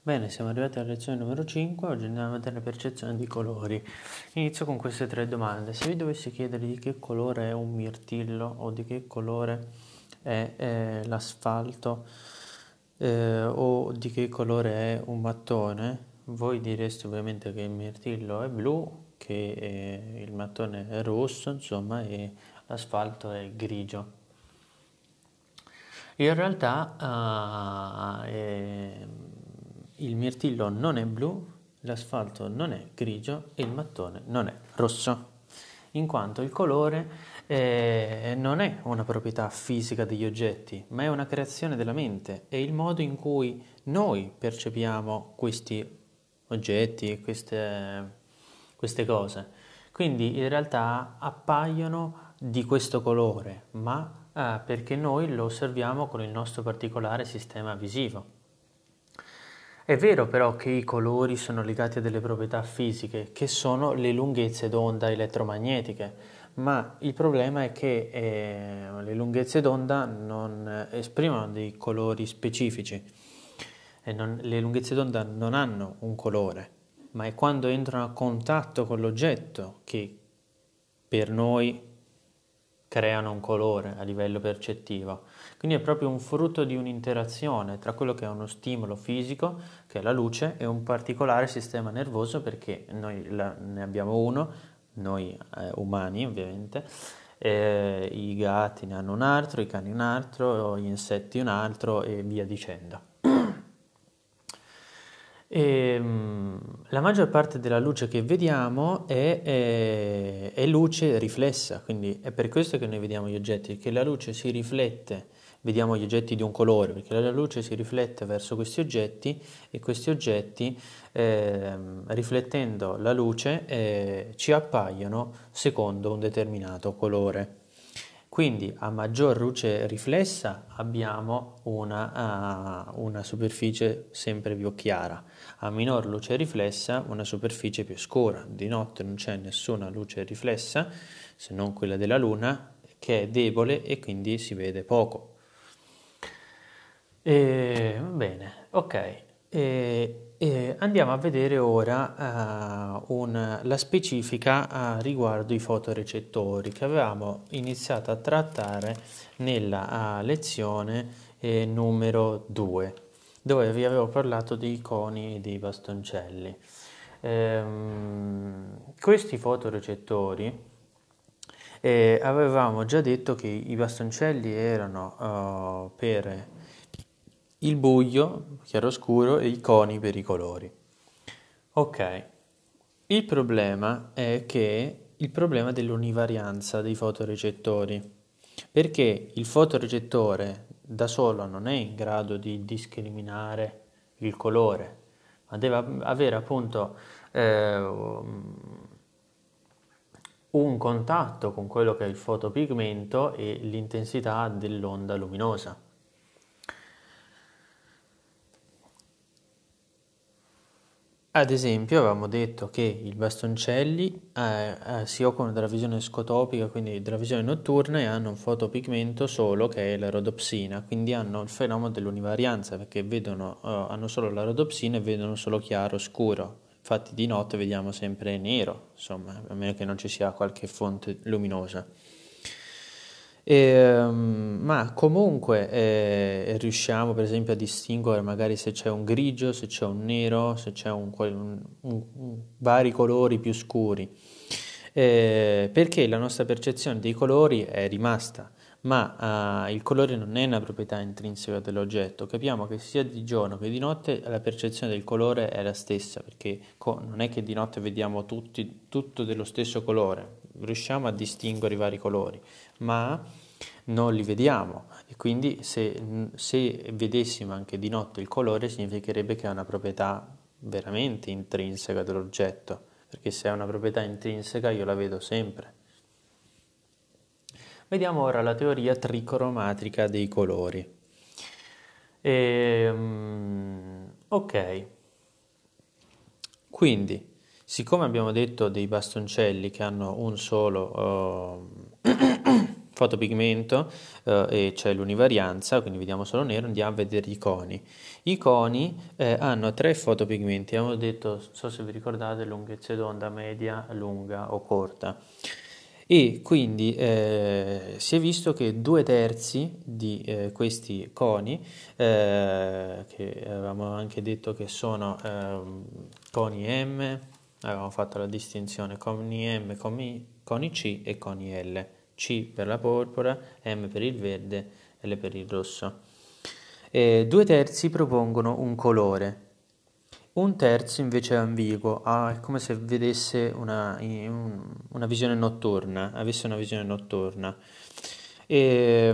Bene, siamo arrivati alla lezione numero 5, oggi andiamo a vedere la percezione di colori. Inizio con queste tre domande. Se vi dovessi chiedere di che colore è un mirtillo o di che colore è l'asfalto o di che colore è un mattone, voi direste ovviamente che il mirtillo è blu, che il mattone è rosso, insomma, e l'asfalto è grigio. In realtà il mirtillo non è blu, l'asfalto non è grigio e il mattone non è rosso, in quanto il colore non è una proprietà fisica degli oggetti, ma è una creazione della mente, è il modo in cui noi percepiamo questi oggetti, queste cose. Quindi in realtà appaiono di questo colore, ma perché noi lo osserviamo con il nostro particolare sistema visivo. È vero però che i colori sono legati a delle proprietà fisiche, che sono le lunghezze d'onda elettromagnetiche, ma il problema è che le lunghezze d'onda non esprimono dei colori specifici, le lunghezze d'onda non hanno un colore, ma è quando entrano a contatto con l'oggetto che per noi creano un colore a livello percettivo. Quindi è proprio un frutto di un'interazione tra quello che è uno stimolo fisico, che è la luce, e un particolare sistema nervoso, perché noi ne abbiamo uno, noi umani ovviamente, i gatti ne hanno un altro, i cani un altro, gli insetti un altro e via dicendo. La maggior parte della luce che vediamo è luce riflessa, quindi è per questo che noi vediamo gli oggetti, che la luce si riflette, vediamo gli oggetti di un colore, perché la luce si riflette verso questi oggetti e questi oggetti, riflettendo la luce, ci appaiono secondo un determinato colore. Quindi a maggior luce riflessa abbiamo una superficie sempre più chiara, a minor luce riflessa una superficie più scura. Di notte non c'è nessuna luce riflessa se non quella della luna, che è debole e quindi si vede poco. Bene, ok. Andiamo a vedere ora la specifica riguardo i fotorecettori che avevamo iniziato a trattare nella lezione numero 2, dove vi avevo parlato dei coni e dei bastoncelli. Questi fotorecettori avevamo già detto che i bastoncelli erano per il buio, chiaroscuro, e i coni per i colori. Ok, il problema è che il problema dell'univarianza dei fotorecettori, perché il fotorecettore da solo non è in grado di discriminare il colore, ma deve avere appunto un contatto con quello che è il fotopigmento e l'intensità dell'onda luminosa. Ad esempio, avevamo detto che i bastoncelli si occupano della visione scotopica, quindi della visione notturna, e hanno un fotopigmento solo che è la rodopsina, quindi hanno il fenomeno dell'univarianza perché hanno solo la rodopsina e vedono solo chiaro scuro. Infatti di notte vediamo sempre nero, insomma, a meno che non ci sia qualche fonte luminosa. Ma comunque riusciamo per esempio a distinguere magari se c'è un grigio, se c'è un nero, se c'è vari colori più scuri, perché la nostra percezione dei colori è rimasta, ma il colore non è una proprietà intrinseca dell'oggetto. Capiamo che sia di giorno che di notte la percezione del colore è la stessa, perché non è che di notte vediamo tutto dello stesso colore, riusciamo a distinguere i vari colori, ma non li vediamo, e quindi se vedessimo anche di notte il colore significherebbe che è una proprietà veramente intrinseca dell'oggetto, perché se è una proprietà intrinseca io la vedo sempre. Vediamo ora la teoria tricromatrica dei colori. Ok, quindi siccome abbiamo detto dei bastoncelli che hanno un solo fotopigmento e c'è l'univarianza, quindi vediamo solo nero, andiamo a vedere i coni. I coni hanno 3 fotopigmenti, abbiamo detto, non so se vi ricordate, lunghezza d'onda media, lunga o corta. E quindi si è visto che 2/3 di questi coni, che avevamo anche detto che sono coni M, avevamo fatto la distinzione coni M, coni C e coni L. C per la porpora, M per il verde, L per il rosso. 2/3 propongono un colore, 1/3 invece è ambiguo, è come se vedesse una visione notturna, avesse una visione notturna. E,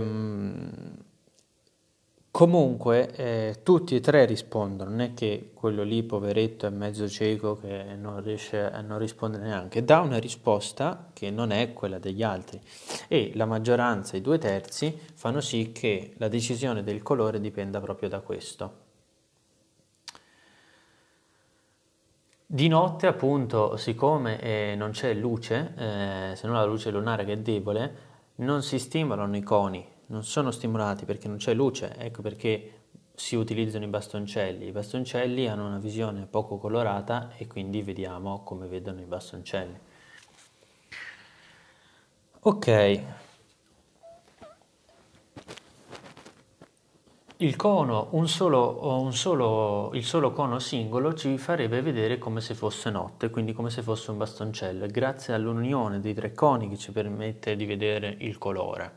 comunque tutti e 3 rispondono, non è che quello lì poveretto è mezzo cieco che non riesce a non rispondere neanche, dà una risposta che non è quella degli altri e la maggioranza, i 2/3, fanno sì che la decisione del colore dipenda proprio da questo. Di notte, appunto, siccome non c'è luce, se non la luce lunare che è debole, non si stimolano i coni, non sono stimolati perché non c'è luce, ecco perché si utilizzano i bastoncelli. I bastoncelli hanno una visione poco colorata e quindi vediamo come vedono i bastoncelli. Ok, il cono, il solo cono singolo ci farebbe vedere come se fosse notte, quindi come se fosse un bastoncello, e grazie all'unione dei 3 coni che ci permette di vedere il colore.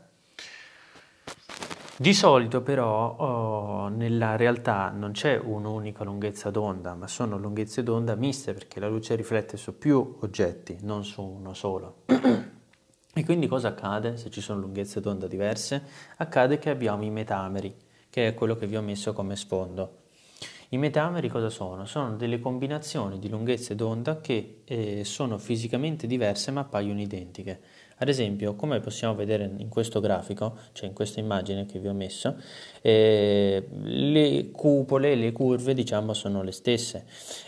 Di solito però nella realtà non c'è un'unica lunghezza d'onda, ma sono lunghezze d'onda miste perché la luce riflette su più oggetti, non su uno solo. E quindi cosa accade se ci sono lunghezze d'onda diverse? Accade che abbiamo i metameri, che è quello che vi ho messo come sfondo. I metameri cosa sono? Sono delle combinazioni di lunghezze d'onda che sono fisicamente diverse ma appaiono identiche. Ad esempio, come possiamo vedere in questo grafico, cioè in questa immagine che vi ho messo, le cupole, le curve, diciamo, sono le stesse,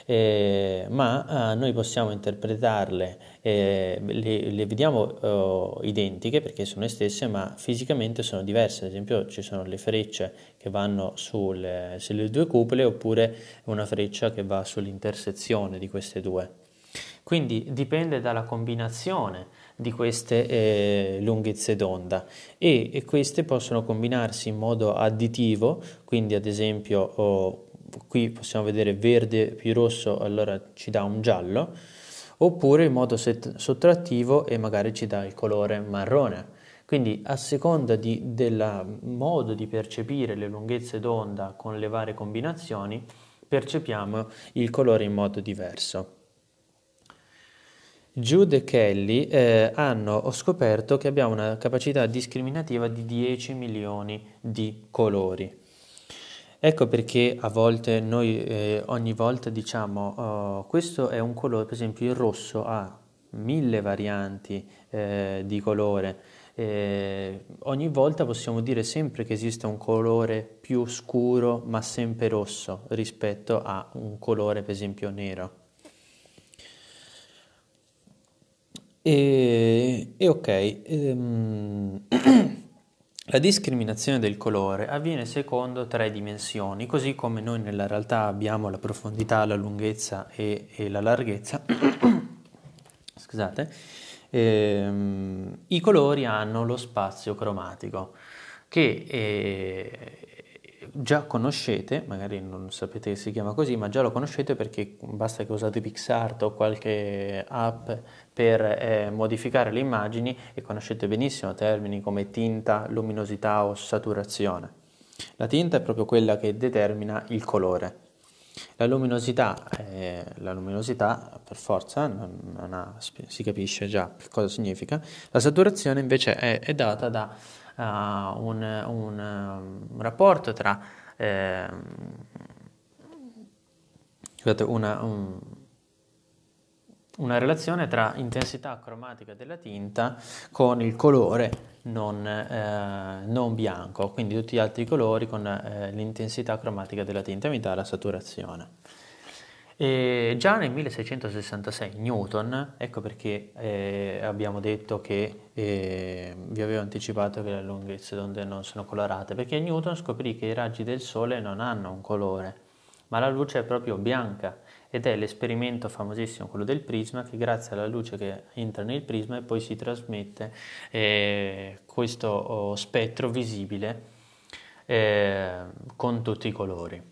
ma noi possiamo interpretarle, le vediamo identiche perché sono le stesse, ma fisicamente sono diverse. Ad esempio, ci sono le frecce che vanno sulle 2 cupole oppure una freccia che va sull'intersezione di queste due. Quindi dipende dalla combinazione di queste lunghezze d'onda e queste possono combinarsi in modo additivo, quindi ad esempio qui possiamo vedere verde più rosso, allora ci dà un giallo, oppure in modo sottrattivo e magari ci dà il colore marrone. Quindi a seconda del modo di percepire le lunghezze d'onda con le varie combinazioni, percepiamo il colore in modo diverso. Jude e Kelly hanno scoperto che abbiamo una capacità discriminativa di 10 milioni di colori. Ecco perché a volte noi ogni volta diciamo questo è un colore, per esempio il rosso ha 1000 varianti di colore. Ogni volta possiamo dire sempre che esiste un colore più scuro ma sempre rosso rispetto a un colore per esempio nero. Ok, la discriminazione del colore avviene secondo 3 dimensioni, così come noi nella realtà abbiamo la profondità, la lunghezza e la larghezza. Scusate, i colori hanno lo spazio cromatico che già conoscete, magari non sapete che si chiama così, ma già lo conoscete perché basta che usate PixArt o qualche app per modificare le immagini e conoscete benissimo termini come tinta, luminosità o saturazione. La tinta è proprio quella che determina il colore. La luminosità per forza si capisce già cosa significa. La saturazione invece è data da un rapporto tra scusate, una relazione tra intensità cromatica della tinta con il colore non bianco, quindi tutti gli altri colori con l'intensità cromatica della tinta mi dà la saturazione. E già nel 1666 Newton, ecco perché abbiamo detto che vi avevo anticipato che le lunghezze d'onda non sono colorate, perché Newton scoprì che i raggi del Sole non hanno un colore, ma la luce è proprio bianca ed è l'esperimento famosissimo, quello del prisma, che grazie alla luce che entra nel prisma e poi si trasmette questo spettro visibile con tutti i colori.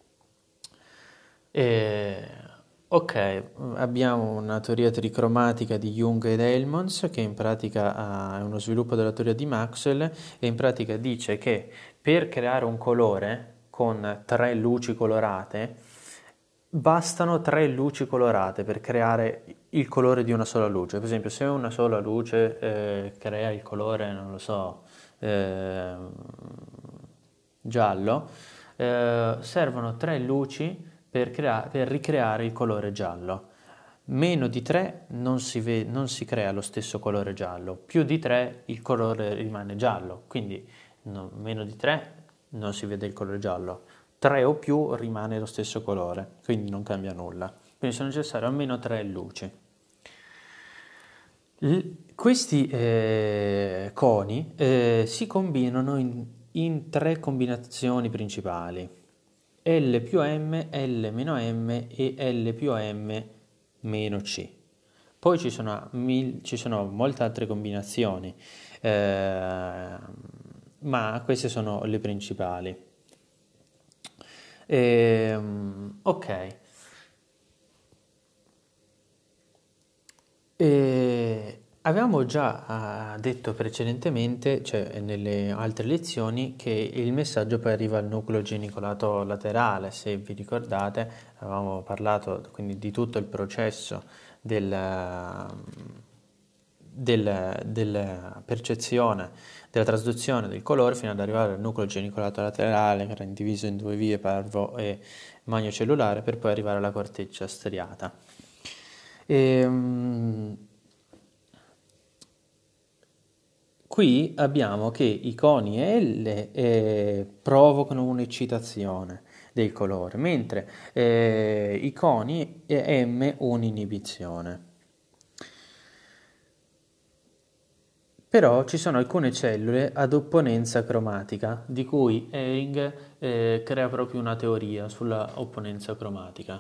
E, ok, abbiamo una teoria tricromatica di Jung ed Helmholtz che in pratica è uno sviluppo della teoria di Maxwell e in pratica dice che per creare un colore con tre luci colorate bastano tre luci colorate per creare il colore di una sola luce. Per esempio, se una sola luce crea il colore, non lo so, eh, giallo, servono tre luci per ricreare il colore giallo. Meno di 3 non si crea lo stesso colore giallo, più di 3 il colore rimane giallo, quindi meno di 3 non si vede il colore giallo, 3 o più rimane lo stesso colore, quindi non cambia nulla. Quindi sono necessarie almeno 3 luci. Questi coni si combinano in tre combinazioni principali: L più M, L meno M e L più M meno C. Poi ci sono molte altre combinazioni, ma queste sono le principali. Ok. Avevamo già detto precedentemente, cioè nelle altre lezioni, che il messaggio poi arriva al nucleo genicolato laterale. Se vi ricordate, avevamo parlato quindi di tutto il processo della percezione, della trasduzione del colore fino ad arrivare al nucleo genicolato laterale, che era diviso in due vie, parvo e magno cellulare, per poi arrivare alla corteccia striata. Qui abbiamo che i coni L provocano un'eccitazione del colore, mentre i coni M un'inibizione. Però ci sono alcune cellule ad opponenza cromatica, di cui Hering crea proprio una teoria sulla opponenza cromatica.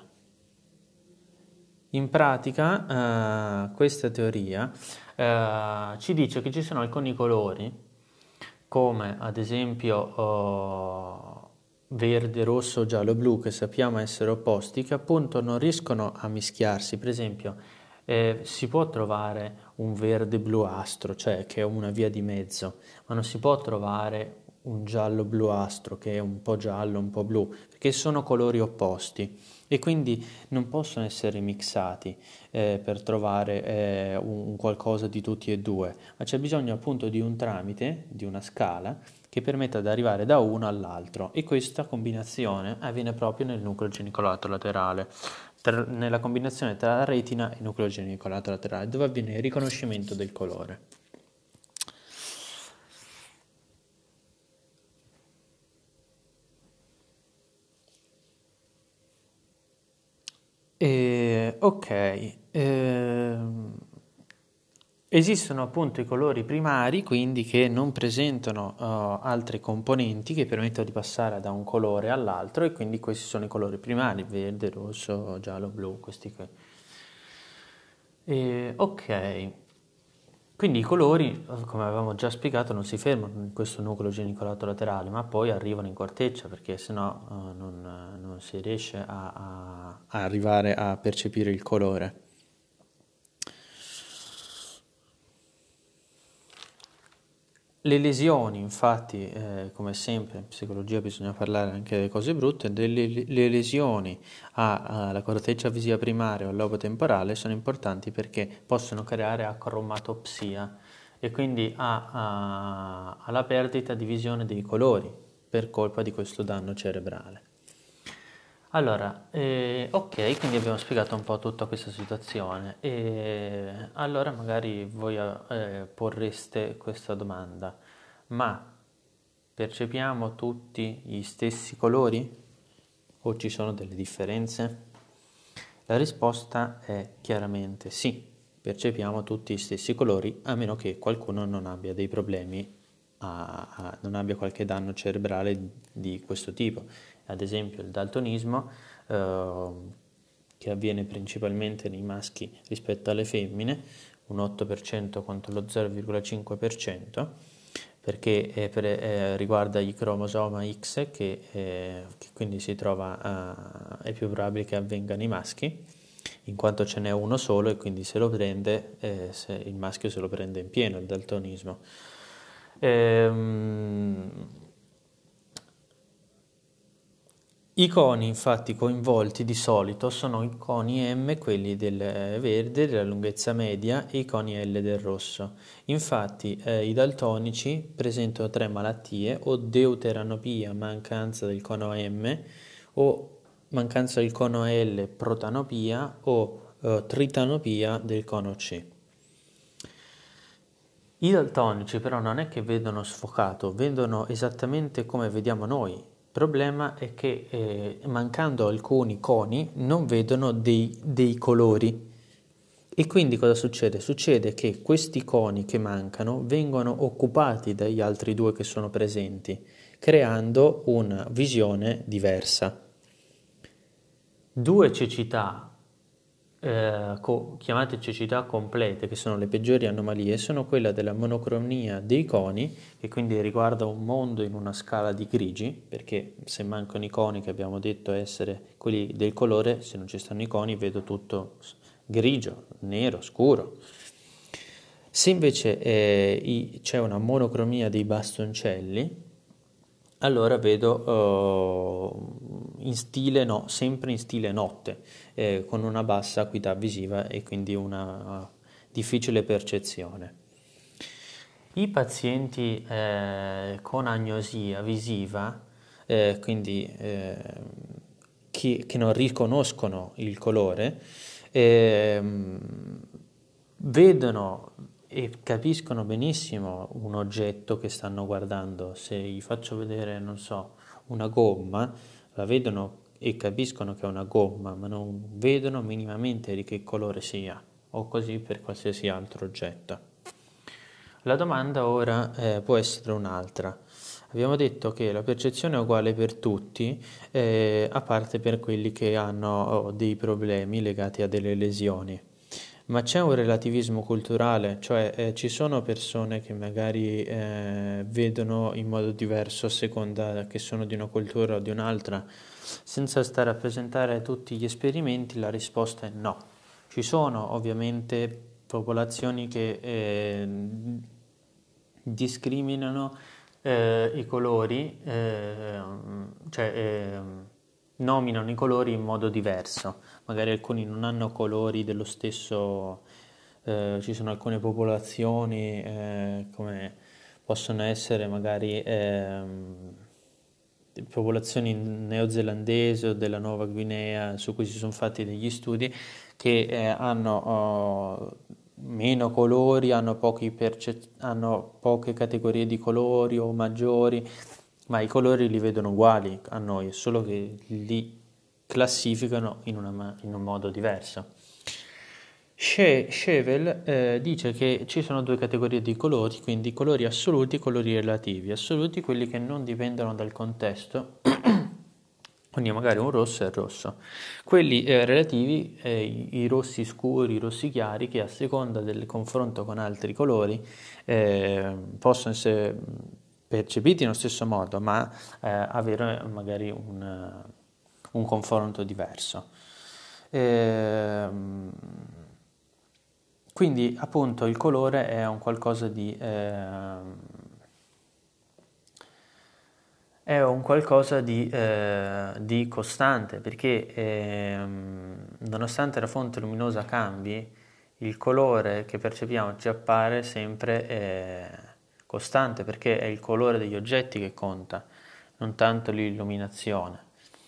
In pratica, questa teoria ci dice che ci sono alcuni colori, come ad esempio verde, rosso, giallo, blu, che sappiamo essere opposti, che appunto non riescono a mischiarsi. Per esempio, si può trovare un verde bluastro, cioè che è una via di mezzo, ma non si può trovare un giallo bluastro che è un po' giallo, un po' blu, perché sono colori opposti e quindi non possono essere mixati per trovare un qualcosa di tutti e due, ma c'è bisogno appunto di un tramite, di una scala che permetta di arrivare da uno all'altro e questa combinazione avviene proprio nel nucleo genicolato laterale, nella combinazione tra la retina e il nucleo genicolato laterale, dove avviene il riconoscimento del colore. Ok, esistono appunto i colori primari, quindi che non presentano altre componenti che permettono di passare da un colore all'altro e quindi questi sono i colori primari, verde, rosso, giallo, blu, questi qui. Ok, quindi i colori, come avevamo già spiegato, non si fermano in questo nucleo genicolato laterale, ma poi arrivano in corteccia perché sennò non si riesce a arrivare a percepire il colore. Le lesioni, infatti, come sempre in psicologia bisogna parlare anche delle cose brutte, le lesioni alla corteccia visiva primaria o al lobo temporale sono importanti perché possono creare acromatopsia e quindi alla perdita di visione dei colori per colpa di questo danno cerebrale. Allora, ok, quindi abbiamo spiegato un po' tutta questa situazione e allora magari voi porreste questa domanda, ma percepiamo tutti gli stessi colori o ci sono delle differenze? La risposta è chiaramente sì, percepiamo tutti gli stessi colori, a meno che qualcuno non abbia dei problemi, non abbia qualche danno cerebrale di questo tipo. Ad esempio il daltonismo, che avviene principalmente nei maschi rispetto alle femmine, un 8% contro lo 0,5%, perché riguarda il cromosoma X che quindi si trova, è più probabile che avvenga nei maschi, in quanto ce n'è uno solo e quindi se lo prende, il maschio se lo prende in pieno il daltonismo. I coni infatti coinvolti di solito sono i coni M, quelli del verde, della lunghezza media, e i coni L del rosso. Infatti i daltonici presentano tre malattie: o deuteranopia, mancanza del cono M, o mancanza del cono L, protanopia, o tritanopia del cono C. I daltonici però non è che vedono sfocato, vedono esattamente come vediamo noi. Il problema è che mancando alcuni coni non vedono dei colori. E quindi cosa succede? Succede che questi coni che mancano vengono occupati dagli altri due che sono presenti, creando una visione diversa. Due cecità chiamate cecità complete, che sono le peggiori anomalie, sono quella della monocromia dei coni, che quindi riguarda un mondo in una scala di grigi, perché se mancano i coni, che abbiamo detto essere quelli del colore, se non ci stanno i coni vedo tutto grigio, nero, scuro. Se invece c'è una monocromia dei bastoncelli, allora vedo sempre in stile notte, con una bassa acuità visiva e quindi una difficile percezione. I pazienti con agnosia visiva, quindi che non riconoscono il colore, vedono e capiscono benissimo un oggetto che stanno guardando. Se gli faccio vedere, non so, una gomma, la vedono e capiscono che è una gomma, ma non vedono minimamente di che colore sia, o così per qualsiasi altro oggetto. La domanda ora può essere un'altra. Abbiamo detto che la percezione è uguale per tutti, a parte per quelli che hanno dei problemi legati a delle lesioni. Ma c'è un relativismo culturale, cioè ci sono persone che magari vedono in modo diverso a seconda che sono di una cultura o di un'altra. Senza stare a presentare tutti gli esperimenti, la risposta è no. Ci sono ovviamente popolazioni che discriminano i colori, nominano i colori in modo diverso. Magari alcuni non hanno colori dello stesso, ci sono alcune popolazioni come possono essere magari popolazioni neozelandesi o della Nuova Guinea, su cui si sono fatti degli studi, che hanno meno colori, hanno poche categorie di colori o maggiori, ma i colori li vedono uguali a noi, solo che li classificano in un modo diverso. Schevel dice che ci sono due categorie di colori, quindi colori assoluti e colori relativi. Assoluti quelli che non dipendono dal contesto, quindi magari un rosso è rosso. Quelli relativi, i rossi scuri, i rossi chiari, che a seconda del confronto con altri colori possono essere percepiti nello stesso modo, ma avere magari un confronto diverso. Quindi appunto il colore è un qualcosa di costante, perché nonostante la fonte luminosa cambi, il colore che percepiamo ci appare sempre costante, perché è il colore degli oggetti che conta, non tanto l'illuminazione.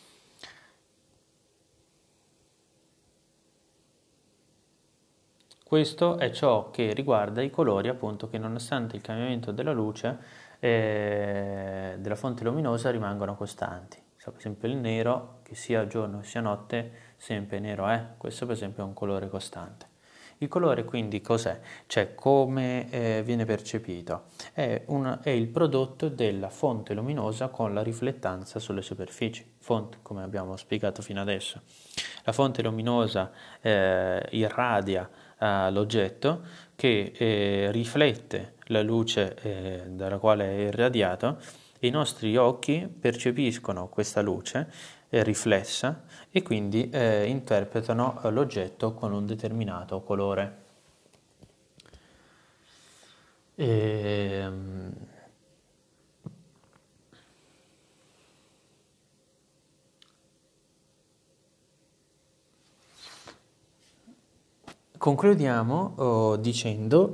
Questo è ciò che riguarda i colori, appunto, che nonostante il cambiamento della luce della fonte luminosa rimangono costanti. per esempio il nero, che sia giorno che sia notte, sempre nero è. Questo per esempio è un colore costante. Il colore quindi cos'è? Cioè come viene percepito? È il prodotto della fonte luminosa con la riflettanza sulle superfici. Fonte, come abbiamo spiegato fino adesso. La fonte luminosa irradia l'oggetto che riflette la luce dalla quale è irradiato e i nostri occhi percepiscono questa luce riflessa e quindi interpretano l'oggetto con un determinato colore. Ehm, Concludiamo dicendo,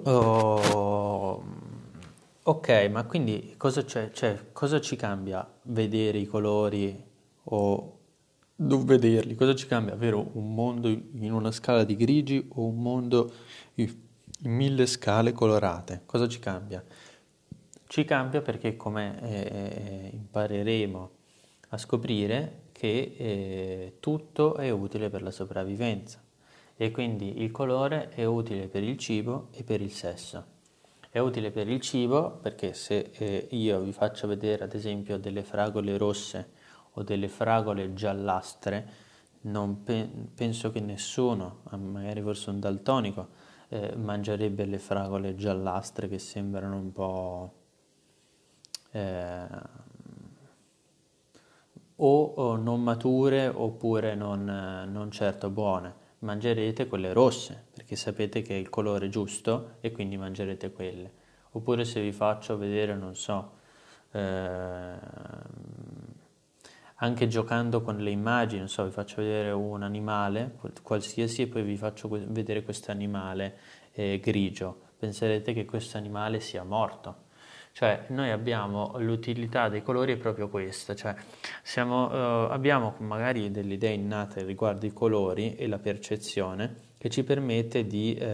ok, ma quindi cosa c'è, cioè, cosa ci cambia vedere i colori o non vederli? Cosa ci cambia avere un mondo in una scala di grigi o un mondo in 1000 scale colorate? Cosa ci cambia? Ci cambia perché come impareremo a scoprire che tutto è utile per la sopravvivenza e quindi il colore è utile per il cibo e per il sesso. È utile per il cibo perché se io vi faccio vedere ad esempio delle fragole rosse o delle fragole giallastre, non penso che nessuno, magari forse un daltonico, mangerebbe le fragole giallastre che sembrano un po' o non mature oppure non certo buone. Mangerete quelle rosse perché sapete che è il colore giusto e quindi mangerete quelle. Oppure se vi faccio vedere, non so, anche giocando con le immagini, non so, vi faccio vedere un animale qualsiasi e poi vi faccio vedere questo animale grigio. Penserete che questo animale sia morto. Cioè, noi abbiamo l'utilità dei colori è proprio questa, cioè abbiamo magari delle idee innate riguardo i colori e la percezione che ci permette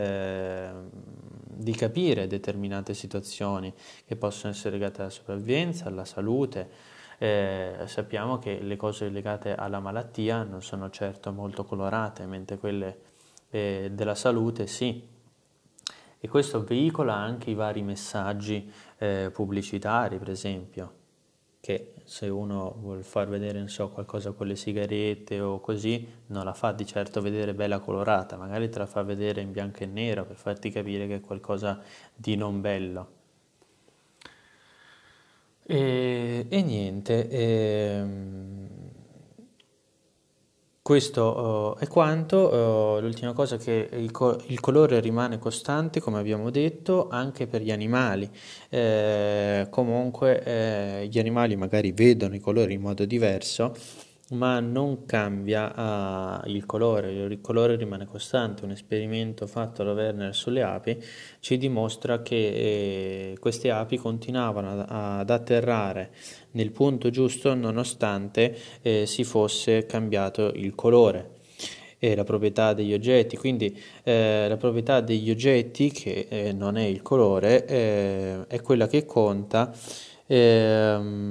di capire determinate situazioni che possono essere legate alla sopravvivenza, alla salute. Sappiamo che le cose legate alla malattia non sono certo molto colorate, mentre quelle della salute sì. E questo veicola anche i vari messaggi pubblicitari, per esempio, che se uno vuole far vedere, non so, qualcosa con le sigarette o così, non la fa di certo vedere bella colorata, magari te la fa vedere in bianco e nero per farti capire che è qualcosa di non bello. E niente, questo è quanto. L'ultima cosa è che il colore rimane costante, come abbiamo detto, anche per gli animali. Comunque gli animali magari vedono i colori in modo diverso, ma non cambia il colore rimane costante. Un esperimento fatto da Werner sulle api ci dimostra che queste api continuavano ad atterrare nel punto giusto nonostante si fosse cambiato il colore e la proprietà degli oggetti, quindi la proprietà degli oggetti che non è il colore è quella che conta.